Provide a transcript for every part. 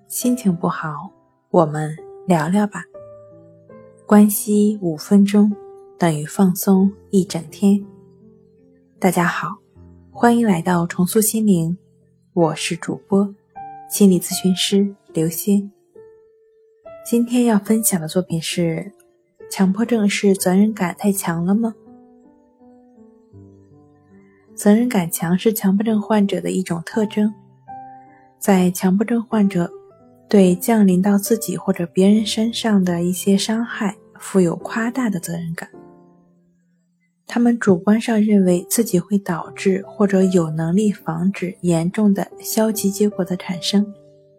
心情不好，我们聊聊吧。关系5分钟等于放松1整天。大家好，欢迎来到重塑心灵，我是主播心理咨询师刘星。今天要分享的作品是：强迫症是责任感太强了吗？责任感强是强迫症患者的一种特征。在强迫症患者对降临到自己或者别人身上的一些伤害负有夸大的责任感，他们主观上认为自己会导致或者有能力防止严重的消极结果的产生，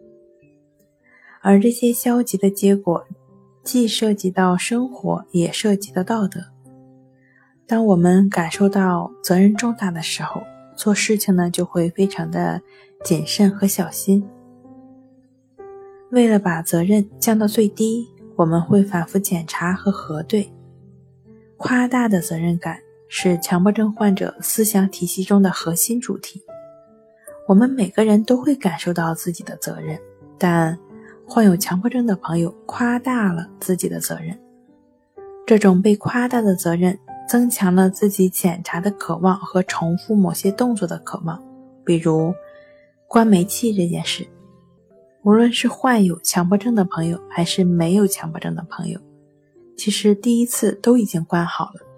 而这些消极的结果既涉及到生活，也涉及到道德。当我们感受到责任重大的时候，做事情呢就会非常的谨慎和小心。为了把责任降到最低，我们会反复检查和核对。夸大的责任感是强迫症患者思想体系中的核心主题。我们每个人都会感受到自己的责任，但患有强迫症的朋友夸大了自己的责任。这种被夸大的责任增强了自己检查的渴望和重复某些动作的渴望，比如关煤气这件事。无论是患有强迫症的朋友还是没有强迫症的朋友，其实第一次都已经关好了。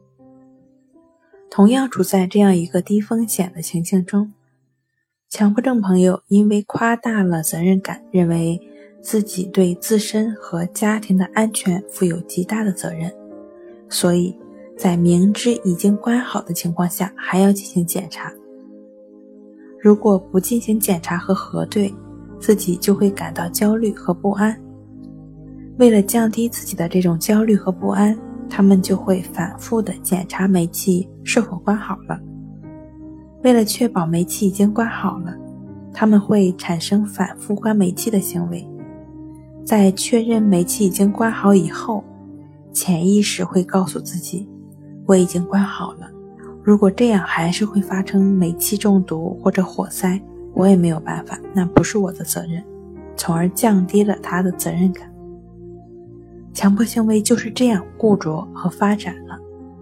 同样处在这样一个低风险的情境中，强迫症朋友因为夸大了责任感，认为自己对自身和家庭的安全负有极大的责任，所以在明知已经关好的情况下还要进行检查。如果不进行检查和核对，自己就会感到焦虑和不安。为了降低自己的这种焦虑和不安，他们就会反复地检查煤气是否关好了。为了确保煤气已经关好了，他们会产生反复关煤气的行为。在确认煤气已经关好以后，潜意识会告诉自己，我已经关好了，如果这样还是会发生煤气中毒或者火灾，我也没有办法，那不是我的责任，从而降低了他的责任感。强迫行为就是这样固着和发展了。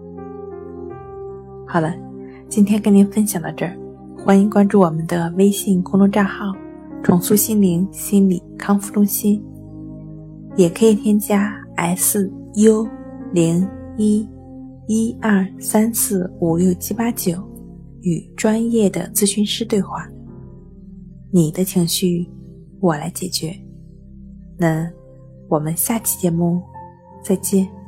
好了，今天跟您分享到这儿，欢迎关注我们的微信公众账号重塑心灵心理康复中心，也可以添加 SU0112345679与专业的咨询师对话。你的情绪我来解决。那我们下期节目再见。